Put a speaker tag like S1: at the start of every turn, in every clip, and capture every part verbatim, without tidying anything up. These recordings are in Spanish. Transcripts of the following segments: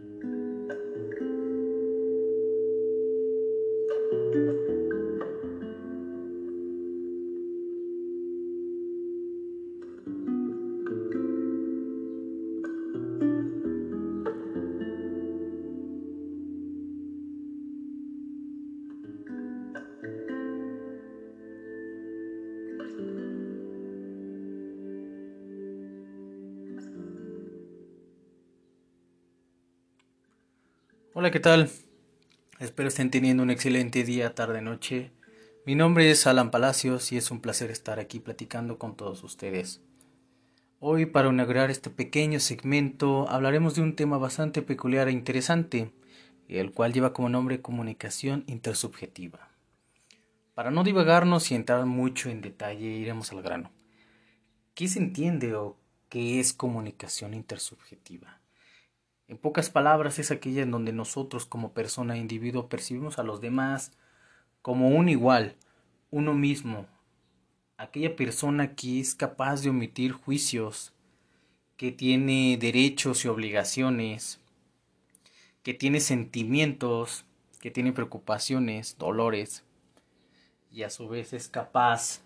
S1: Hola, ¿qué tal? Espero estén teniendo un excelente día, tarde, noche. Mi nombre es Alan Palacios y es un placer estar aquí platicando con todos ustedes. Hoy, para inaugurar este pequeño segmento, hablaremos de un tema bastante peculiar e interesante, el cual lleva como nombre comunicación intersubjetiva. Para no divagarnos y entrar mucho en detalle, iremos al grano. ¿Qué se entiende o qué es comunicación intersubjetiva? En pocas palabras, es aquella en donde nosotros como persona e individuo percibimos a los demás como un igual, uno mismo, aquella persona que es capaz de omitir juicios, que tiene derechos y obligaciones, que tiene sentimientos, que tiene preocupaciones, dolores, y a su vez es capaz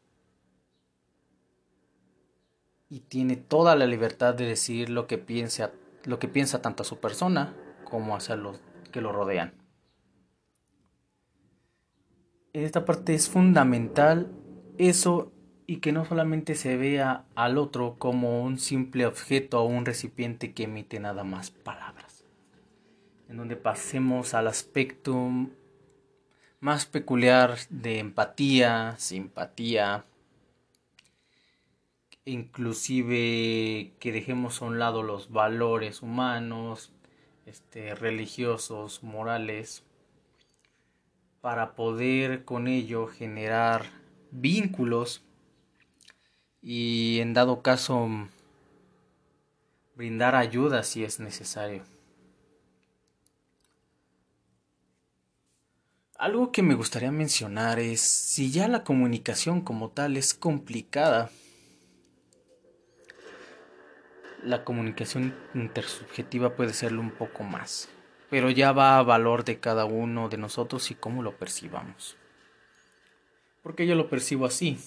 S1: y tiene toda la libertad de decir lo que piensa, lo que piensa tanto a su persona como hacia los que lo rodean. En esta parte es fundamental eso, y que no solamente se vea al otro como un simple objeto o un recipiente que emite nada más palabras, en donde pasemos al aspecto más peculiar de empatía, simpatía, inclusive que dejemos a un lado los valores humanos, este, religiosos, morales, para poder con ello generar vínculos y en dado caso brindar ayuda si es necesario. Algo que me gustaría mencionar es, si ya la comunicación como tal es complicada, la comunicación intersubjetiva puede serlo un poco más, pero ya va a valor de cada uno de nosotros y cómo lo percibamos. Porque yo lo percibo así.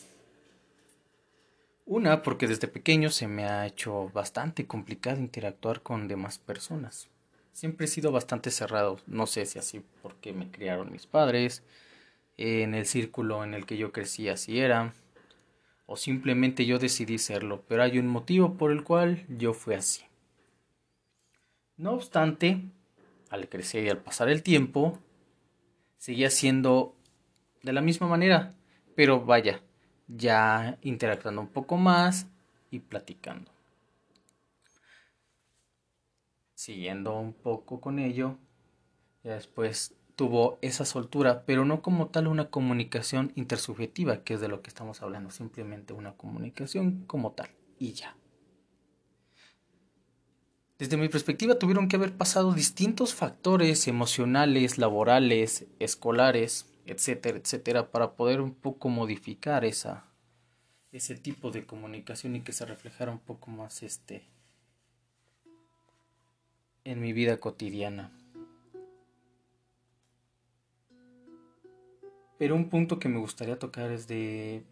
S1: Una, porque desde pequeño se me ha hecho bastante complicado interactuar con demás personas. Siempre he sido bastante cerrado, no sé si así porque me criaron mis padres, en el círculo en el que yo crecí así era, o simplemente yo decidí serlo, pero hay un motivo por el cual yo fui así. No obstante, al crecer y al pasar el tiempo, seguía siendo de la misma manera, pero vaya, ya interactuando un poco más y platicando. Siguiendo un poco con ello, ya después tuvo esa soltura, pero no como tal una comunicación intersubjetiva, que es de lo que estamos hablando, simplemente una comunicación como tal, y ya. Desde mi perspectiva tuvieron que haber pasado distintos factores emocionales, laborales, escolares, etcétera, etcétera, para poder un poco modificar esa, ese tipo de comunicación y que se reflejara un poco más este en mi vida cotidiana. Pero un punto que me gustaría tocar es de,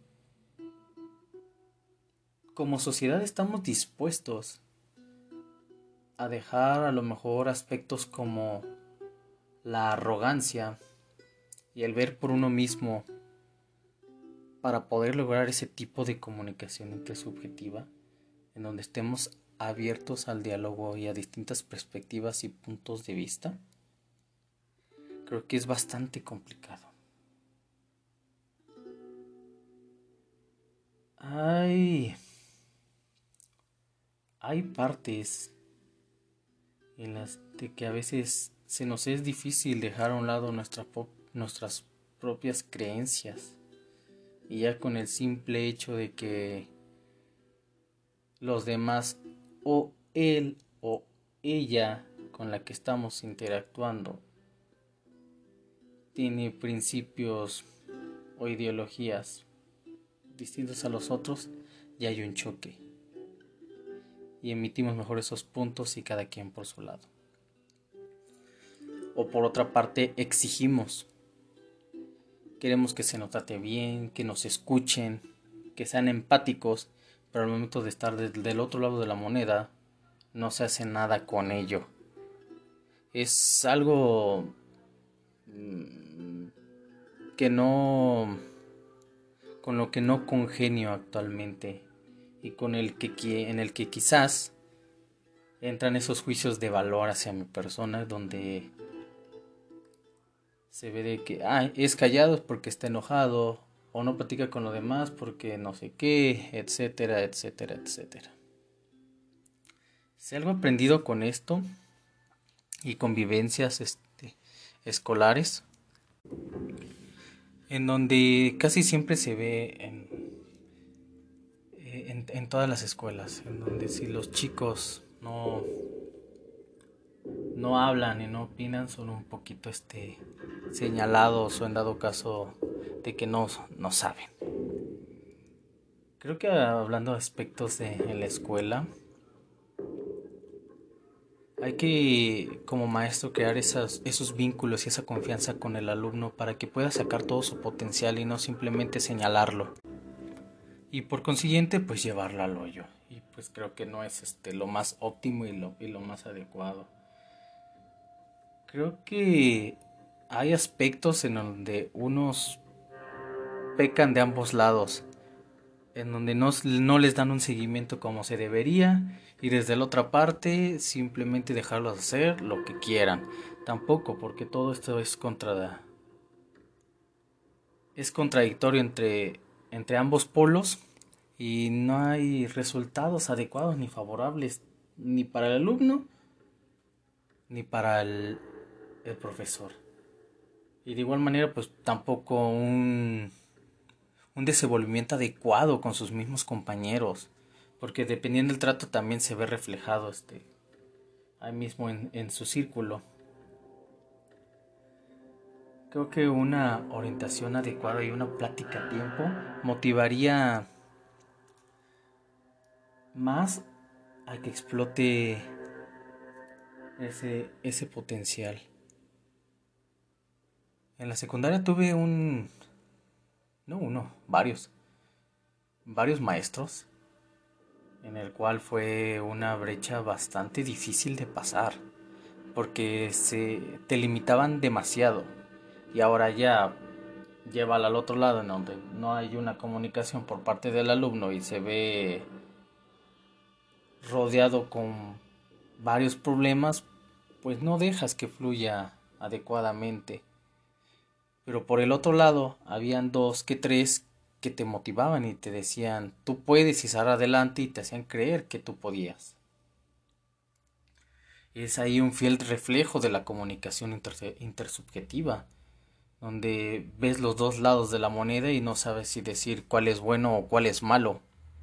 S1: como sociedad estamos dispuestos a dejar a lo mejor aspectos como la arrogancia y el ver por uno mismo para poder lograr ese tipo de comunicación intersubjetiva en donde estemos abiertos al diálogo y a distintas perspectivas y puntos de vista. Creo que es bastante complicado. Hay, hay partes en las de que a veces se nos es difícil dejar a un lado nuestra, nuestras propias creencias, y ya con el simple hecho de que los demás, o él o ella con la que estamos interactuando, tiene principios o ideologías distintos a los otros, y hay un choque y emitimos mejor esos puntos y cada quien por su lado. o por otra parte exigimos. Queremos que se nos trate bien, que nos escuchen, que sean empáticos, pero al momento de estar del, del otro lado de la moneda, no se hace nada con ello. Es algo mmm, que no, con lo que no congenio actualmente y con el que en el que quizás entran esos juicios de valor hacia mi persona, donde se ve de que ah, es callado porque está enojado, o no platica con los demás porque no sé qué, etcétera, etcétera, etcétera. Si algo aprendido con esto y convivencias este, escolares, en donde casi siempre se ve en, en, en todas las escuelas, en donde si los chicos no, no hablan y no opinan, son un poquito este, señalados o en dado caso de que no, no saben. Creo que hablando de aspectos de en la escuela, hay que como maestro crear esas, esos vínculos y esa confianza con el alumno para que pueda sacar todo su potencial y no simplemente señalarlo. Y por consiguiente pues llevarlo al hoyo. Y pues creo que no es este lo más óptimo y lo, y lo más adecuado. Creo que hay aspectos en donde unos pecan de ambos lados, en donde no, no les dan un seguimiento como se debería y desde la otra parte simplemente dejarlos hacer lo que quieran. Tampoco, porque todo esto es contra es contradictorio entre, entre ambos polos y no hay resultados adecuados ni favorables ni para el alumno ni para el, el profesor. Y de igual manera pues tampoco un un desenvolvimiento adecuado con sus mismos compañeros, porque dependiendo del trato también se ve reflejado este ahí mismo en, en su círculo. Creo que una orientación adecuada y una plática a tiempo motivaría más a que explote ese, ese potencial. En la secundaria tuve un, no uno, varios, varios maestros en el cual fue una brecha bastante difícil de pasar, porque se te limitaban demasiado y ahora ya llévala al otro lado en donde no hay una comunicación por parte del alumno y se ve rodeado con varios problemas, pues no dejas que fluya adecuadamente. Pero por el otro lado, habían dos que tres que te motivaban y te decían, tú puedes y sal adelante y te hacían creer que tú podías. Es ahí un fiel reflejo de la comunicación inter- intersubjetiva, donde ves los dos lados de la moneda y no sabes si decir cuál es bueno o cuál es malo.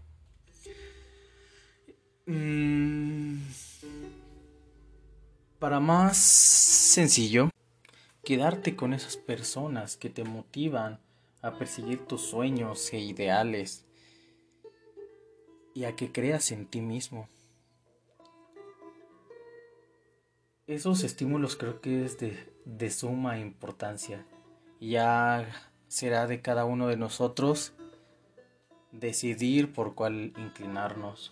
S1: Mm, para más sencillo, quedarte con esas personas que te motivan a perseguir tus sueños e ideales y a que creas en ti mismo. Esos estímulos creo que es de, de suma importancia. Ya será de cada uno de nosotros decidir por cuál inclinarnos.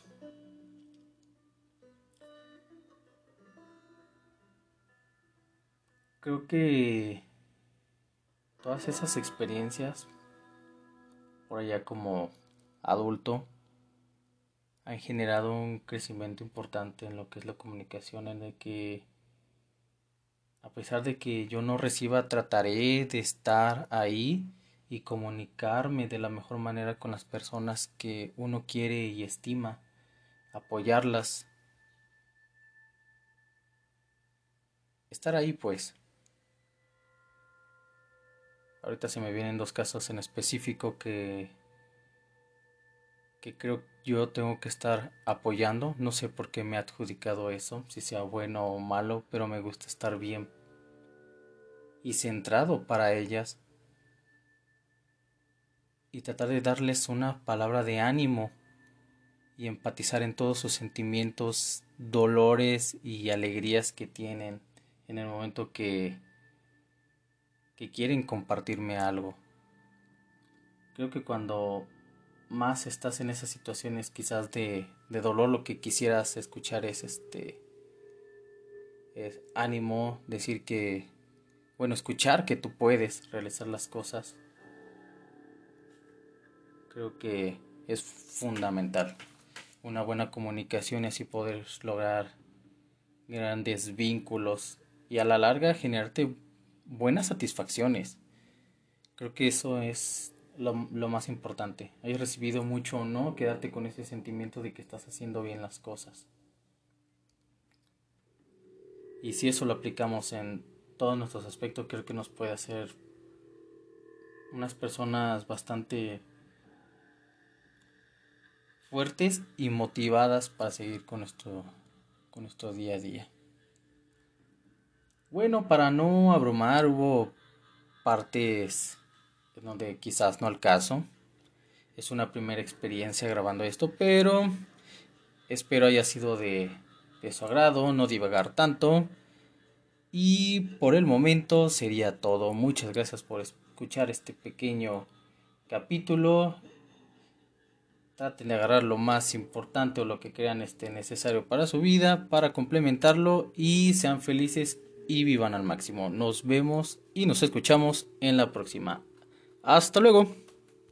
S1: Creo que todas esas experiencias, por allá como adulto, han generado un crecimiento importante en lo que es la comunicación, en el que a pesar de que yo no reciba, trataré de estar ahí y comunicarme de la mejor manera con las personas que uno quiere y estima, apoyarlas, estar ahí pues. Ahorita se me vienen dos casos en específico que, que creo yo tengo que estar apoyando. No sé por qué me he adjudicado eso, si sea bueno o malo, pero me gusta estar bien y centrado para ellas y tratar de darles una palabra de ánimo y empatizar en todos sus sentimientos, dolores y alegrías que tienen en el momento que, que quieren compartirme algo. Creo que cuando más estás en esas situaciones quizás de, de dolor, lo que quisieras escuchar es este es ánimo, decir que, bueno, escuchar que tú puedes realizar las cosas. Creo que es fundamental una buena comunicación y así poder lograr grandes vínculos y a la larga generarte buenas satisfacciones. Creo que eso es lo, lo más importante. Hayas recibido mucho o no, quédate con ese sentimiento de que estás haciendo bien las cosas. Y si eso lo aplicamos en todos nuestros aspectos, creo que nos puede hacer unas personas bastante fuertes y motivadas para seguir con nuestro, con nuestro día a día. Bueno, para no abrumar, hubo partes en donde quizás no al caso. Es una primera experiencia grabando esto, pero espero haya sido de, de su agrado, no divagar tanto. Y por el momento sería todo. Muchas gracias por escuchar este pequeño capítulo. Traten de agarrar lo más importante o lo que crean este necesario para su vida, para complementarlo y sean felices y vivan al máximo. Nos vemos y nos escuchamos en la próxima. Hasta luego.